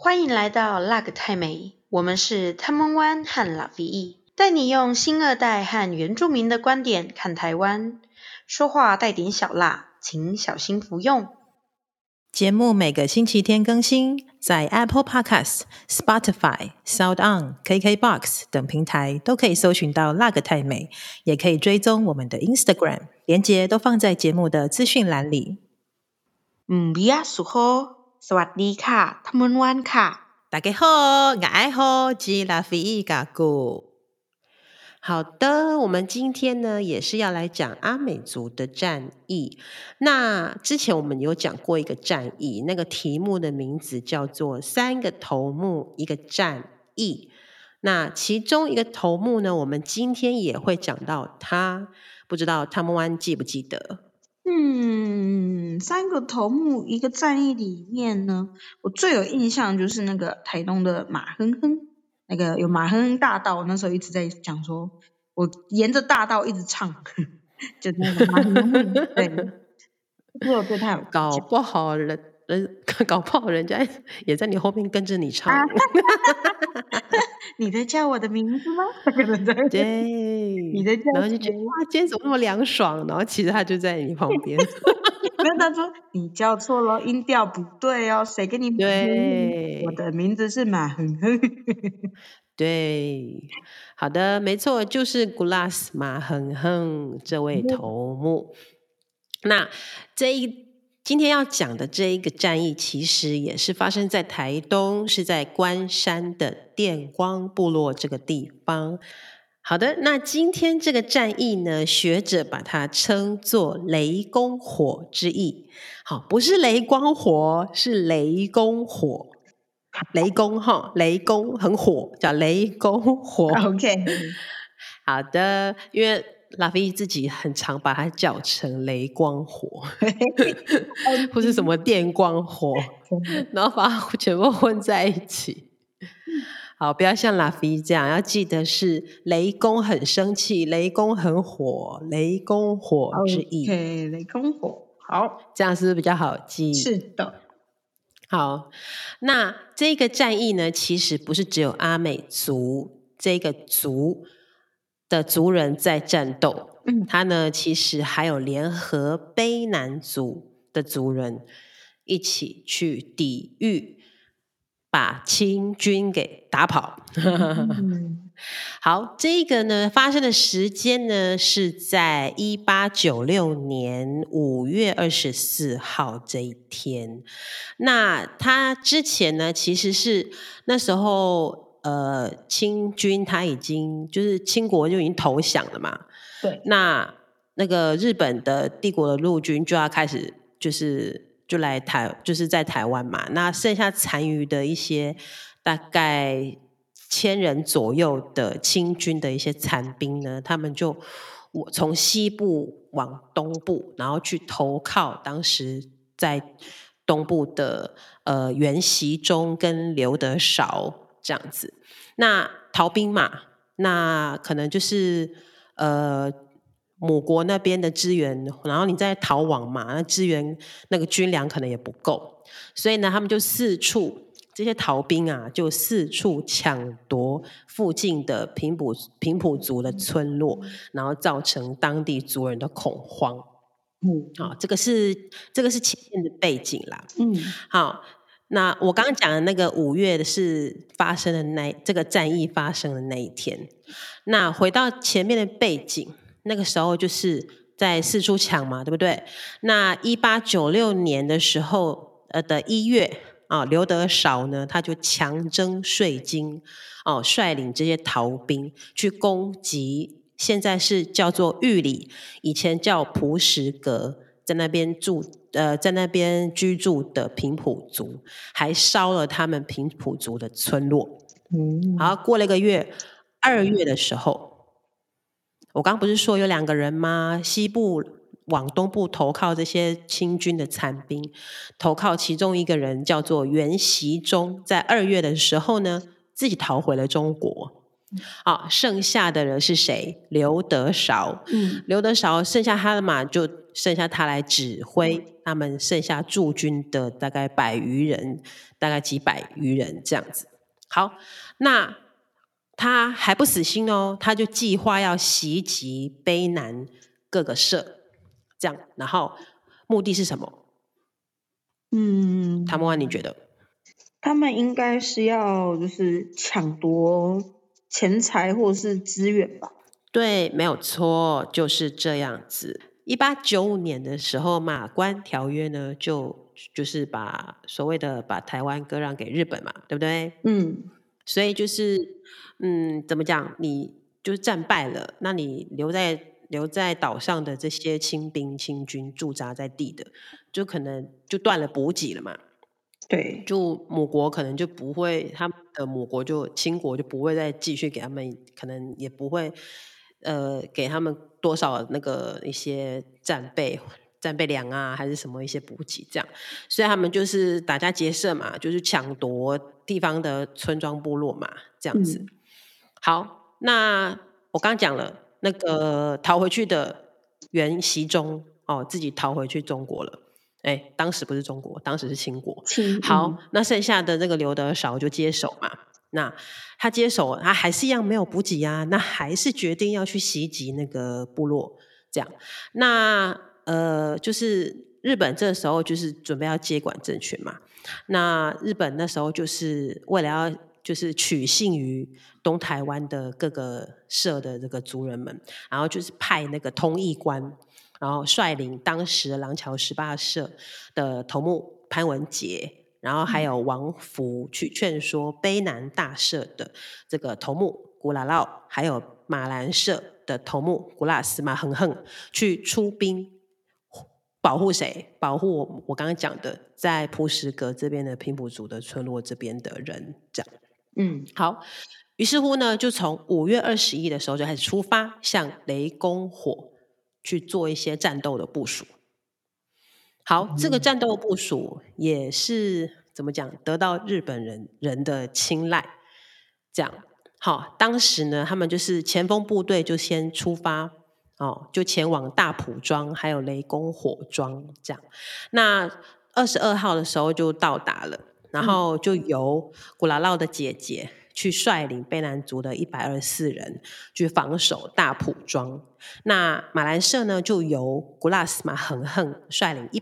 欢迎来到那个太美，我们是汤蒙湾和拉菲翼，带你用新二代和原住民的观点看台湾，说话带点小辣，请小心服用。 节目每个星期天更新，在 Apple Podcast、Spotify、SoundOn、KKBox 等平台都可以搜寻到那个太美，也可以追踪我们的 Instagram， 连结都放在节目的资讯栏里。 比亚สุโขสวัสดีค่ะ汤蒙湾ค่ะ大家好，我爱好吉拉菲伊嘎古。好的，我们今天呢也是要来讲阿美族的战役。那之前我们有讲过一个战役，那个题目的名字叫做3个头目一个战役。那其中一个头目呢，我们今天也会讲到他，不知道汤姆湾记不记得 3个头目一个战役里面呢，我最有印象就是那个台东的马哼哼，那个有马哼哼大道，那时候一直在讲说，我沿着大道一直唱，就那个马哼哼，对，这我对他有搞不好人家也在你后面跟着你唱。 你在叫我的名字吗？ 对， 你在叫然后就觉得哇，今天怎么那么凉爽？然后其实他就在你旁边。 没有，他说你叫错了，音调不对哦，谁跟你马哼哼？ 对， 我的名字是马哼哼。 对，好的，没错，就是古拉斯马哼哼这位头目。那今天要讲的这一个战役，其实也是发生在台东，是在关山的电光部落这个地方。好的，那今天这个战役呢，学者把它称作雷公火之役。好，不是雷光火，是雷公火。雷公哈，雷公很火，叫雷公火。 OK， 好的，因为拉菲自己很常把它叫成雷光火，或是什么电光火，然后把它全部混在一起。好，不要像拉菲这样，要记得是雷公很生气，雷公很火，雷公火之意。 OK， 雷公火，好， 这样是不是比较好记？ 是的。 好，那这个战役呢，其实不是只有阿美族这个族的族人在战斗，它呢其实还有联合卑南族的族人一起去抵御，把清军给打跑。好，这个呢发生的时间呢是在1896年5月24号这一天。那他之前呢其实是那时候清军他已经就是清国就已经投降了嘛。 对。 那个日本的帝国的陆军就要开始就来就是在台湾嘛。那剩下残余的一些大概1000人左右的清军的一些残兵呢，他们就从西部往东部，然后去投靠当时在东部的袁习忠跟刘德韶这样子。那逃兵嘛，那可能就是母国那边的资源，然后你再逃亡嘛，那资源那个军粮可能也不够，所以呢他们就这些逃兵啊，就四处抢夺附近的平埔族的村落，然后造成当地族人的恐慌。这个是前面的背景啦。好，那我刚刚讲的那个5月是发生的这个战役发生的那一天。那回到前面的背景，那个时候就是在四处抢嘛，对不对？那1896年的时候的1月刘德韶呢，他就强征税金，率领这些逃兵去攻击现在是叫做玉里，以前叫璞石阁，在那边居住的平埔族，还烧了他们平埔族的村落。好，过了1个月，2月的时候，我刚不是说有2个人吗？西部往东部投靠这些清军的残兵，投靠其中一个人叫做袁习忠，在2月的时候呢，自己逃回了中国。剩下的人是谁？刘德韶。刘德韶剩下他的嘛，就剩下他来指挥他们剩下驻军的大概100余人，大概几百余人这样子。好，那他还不死心哦，他就计划要袭击卑南各个社，这样，然后目的是什么？唐梦安，你觉得？ 他们应该是要就是抢夺钱财或是资源吧？ 对，没有错，就是这样子。1895年的时候，马关条约呢，就是把所谓的把台湾割让给日本嘛，对不对？所以就是怎么讲？你就是战败了，那你留在岛上的这些清兵清军驻扎在地的，就可能就断了补给了嘛。 对， 就母国可能就不会，他们的母国就清国就不会再继续给他们，可能也不会给他们多少那个一些战备粮啊，还是什么一些补给这样，所以他们就是打家劫舍嘛，就是抢夺地方的村庄部落嘛，这样子。好，那我刚讲了那个逃回去的袁习忠自己逃回去中国了。当时不是中国，当时是清国。好，那剩下的这个刘德韶就接手嘛。那他接手，他还是一样没有补给啊，那还是决定要去袭击那个部落，这样。那就是日本这时候就是准备要接管政权嘛。那日本那时候就是为了要就是取信于东台湾的各个社的这个族人们，然后就是派那个通译官。然后率领当时的廊桥18社的头目潘文杰，然后还有王福去劝说卑南大社的这个头目古拉烙，还有马兰社的头目古拉斯马恒恒去出兵保护谁？保护我刚刚讲的在蒲石阁这边的平埔族的村落这边的人，这样。好，于是乎呢，就从5月21的时候就开始出发，向雷公火去做一些战斗的部署。好，这个战斗部署也是怎么讲，得到日本人的青睐。这样，好，当时呢，他们就是前锋部队就先出发，就前往大埔庄还有雷公火庄这样。那22号的时候就到达了，然后就由古拉烙的姐姐去率领卑南族的124人去防守大埔庄。那马兰社呢，就由古拉斯马恒恒率领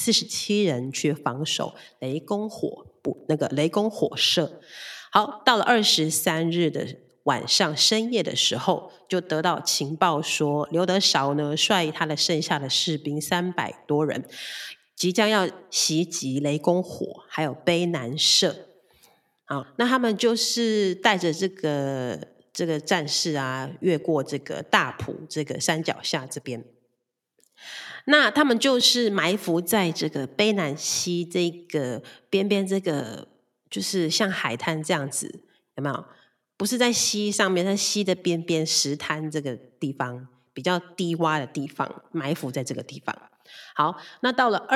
147人去防守雷公火社。好，到了23日的晚上深夜的时候，就得到情报说，刘德韶呢率他的剩下的士兵300多人，即将要袭击雷公火还有卑南社。好，那他们就是带着这个战士啊，越过这个大埔这个山脚下这边。那他们就是埋伏在这个卑南溪这个边边，这个就是像海滩这样子，有没有？不是在溪上面，在溪的边边石滩这个地方，比较低洼的地方，埋伏在这个地方。好，那到了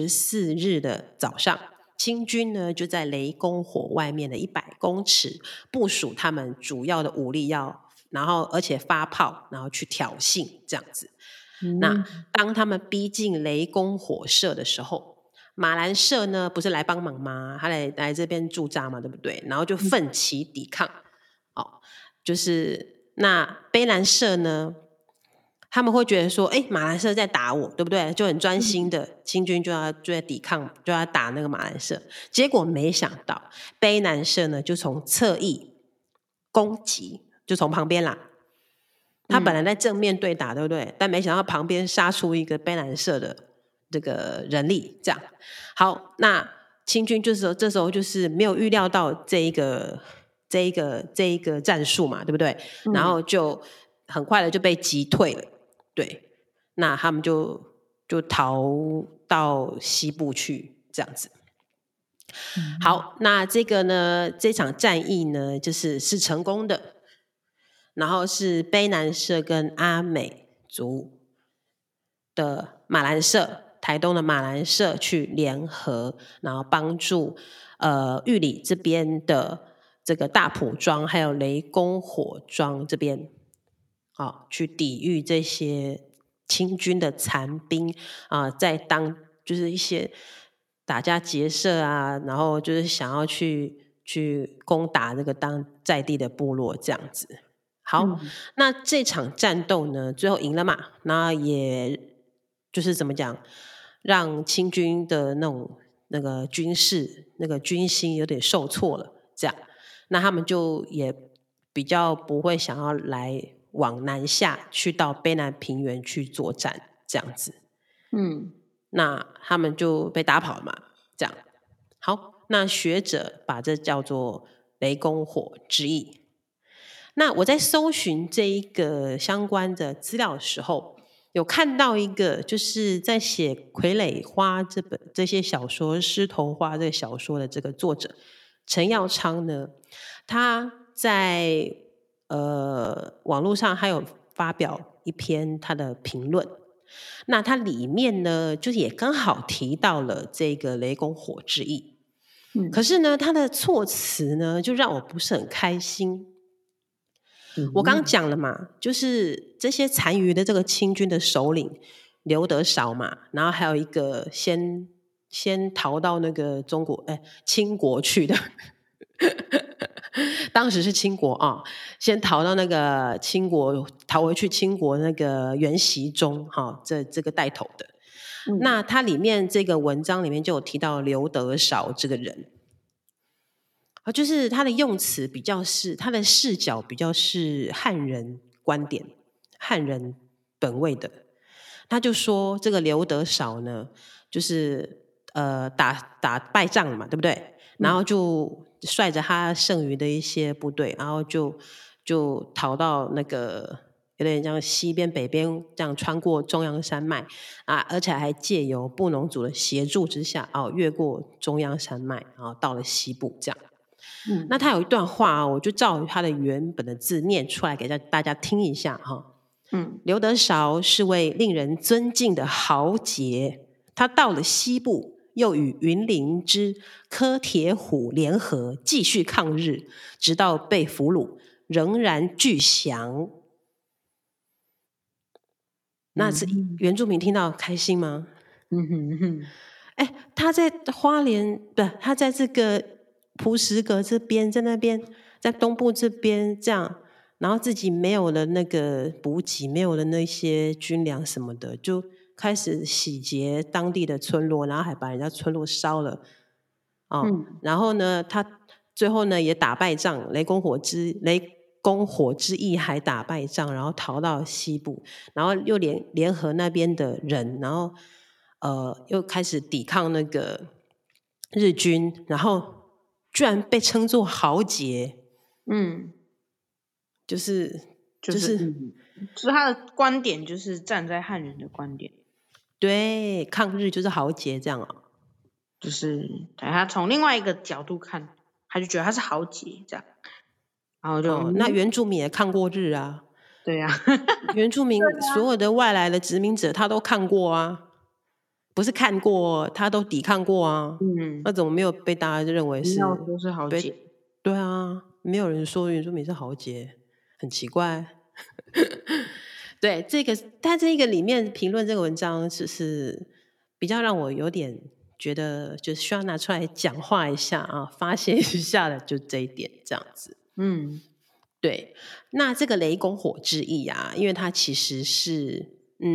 24日的早上，清军呢就在雷公火外面的100公尺部署他们主要的武力然后而且发炮，然后去挑衅这样子。那当他们逼近雷公火社的时候，马兰社呢不是来帮忙吗？他来这边驻扎嘛，对不对？然后就奋起抵抗。就是那卑南社呢，他们会觉得说，马兰社在打我，对不对？就很专心的，清军就在抵抗，就要打那个马兰社。结果没想到，卑南社呢就从侧翼攻击，就从旁边啦。他本来在正面对打，对不对？但没想到旁边杀出一个卑南社的这个人力，这样。好，那清军这时候就是没有预料到这一个战术嘛，对不对？然后就很快的就被击退了。对，那他们就逃到西部去，这样子。好，那这个呢，这场战役呢，是成功的。然后是卑南社跟阿美族的马兰社，台东的马兰社去联合，然后帮助玉里这边的这个大埔庄还有雷公火庄这边，去抵御这些清军的残兵啊，在就是一些打家劫舍啊，然后就是想要去攻打那个当在地的部落这样子。好，那这场战斗呢，最后赢了嘛，那也就是怎么讲，让清军的那个军事那个军心有点受挫了，这样，那他们就也比较不会想要来往南下去到卑南平原去作战这样子。那他们就被打跑了嘛，这样。好，那学者把这叫做雷公火之役。那我在搜寻这一个相关的资料的时候，有看到一个就是在写《傀儡花》这些小说《狮头花》这个小说的这个作者陈耀昌呢，他在网络上还有发表一篇他的评论。那它里面呢，就是也刚好提到了这个雷公火之役。可是呢，他的措辞呢，就让我不是很开心。我刚刚讲了嘛，就是这些残余的这个清军的首领刘德韶嘛，然后还有一个先逃到那个清国去的，当时是清国啊，先逃到那个清国，逃回去清国那个袁习忠哈，这个带头的。那它里面这个文章里面就有提到刘德韶这个人。就是他的用词比较是他的视角比较是汉人观点、汉人本位的。他就说这个刘德韶呢，就是打败仗了嘛，对不对？然后就率着他剩余的一些部队，然后就逃到那个有点像西边、北边这样穿过中央山脉啊，而且还借由布农族的协助之下越过中央山脉，然后到了西部这样。那他有一段话我就照他的原本的字念出来给大家听一下哈。刘德韶是位令人尊敬的豪杰，他到了西部，又与云林之柯铁虎联合，继续抗日，直到被俘虏，仍然巨降。那是原住民听到开心吗？他在花莲，不，他在这个璞石阁这边，在那边，在东部这边这样，然后自己没有了那个补给，没有了那些军粮什么的，就开始洗劫当地的村落，然后还把人家村落烧了。然后呢，他最后呢也打败仗，雷公火之役还打败仗，然后逃到西部，然后又联合那边的人，然后又开始抵抗那个日军，然后居然被称作豪杰。就是他的观点就是站在汉人的观点， 对，抗日就是豪杰这样就是他从另外一个角度看，他就觉得他是豪杰这样，然后就那原住民也抗过日啊， 对啊， 原住民所有的外来的殖民者他都看过啊，不是看过，他都抵抗过啊。那怎么没有被大家认为是？ 没有说是豪杰。 对啊，没有人说原住民是豪杰，很奇怪。对，他这个里面评论这个文章，就是比较让我有点觉得，就需要拿出来讲话一下啊，发泄一下的，就这一点这样子。对。那这个雷公火之役啊，因为它其实是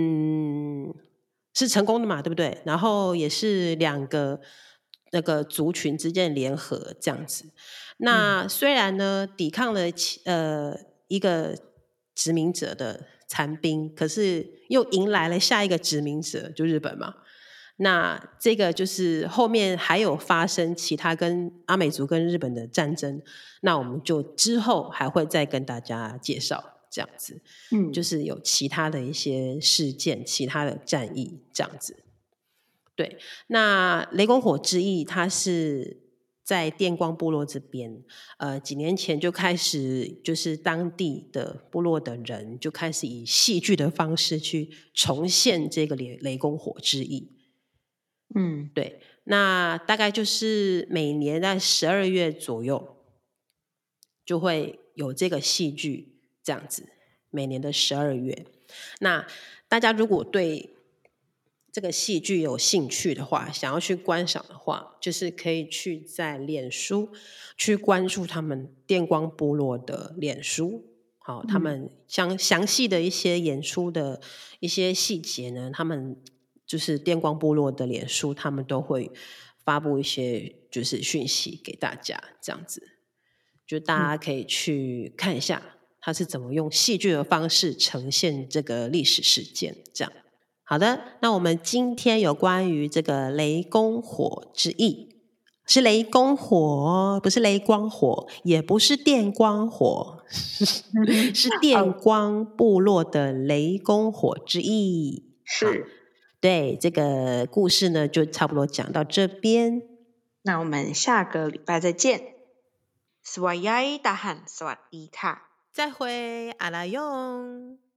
是成功的嘛，对不对？然后也是两个那个族群之间的联合这样子。那虽然呢，抵抗了一个殖民者的残兵，可是又迎来了下一个殖民者，就日本嘛。那这个就是后面还有发生其他跟阿美族跟日本的战争，那我们就之后还会再跟大家介绍这样子。就是有其他的一些事件，其他的战役这样子。对，那雷公火之役它是在电光部落这边，几年前就开始，就是当地的部落的人就开始以戏剧的方式去重现这个雷公火之役。对，那大概就是每年在12月左右就会有这个戏剧这样子，每年的12月。 那大家如果对这个戏剧有兴趣的话，想要去观赏的话，就是可以去在脸书去关注他们电光部落的脸书。好，他们详细的一些演出的一些细节呢，他们就是电光部落的脸书，他们都会发布一些就是讯息给大家，这样子，就大家可以去看一下他是怎么用戏剧的方式呈现这个历史事件，这样。好的，那我们今天有关于这个雷公火之役，是雷公火，不是雷光火，也不是电光火，是电光部落的雷公火之役。 是， 对，这个故事呢就差不多讲到这边。 那我们下个礼拜再见。สวัสดีทหารสวัสดีค่ะ再会，阿拉用。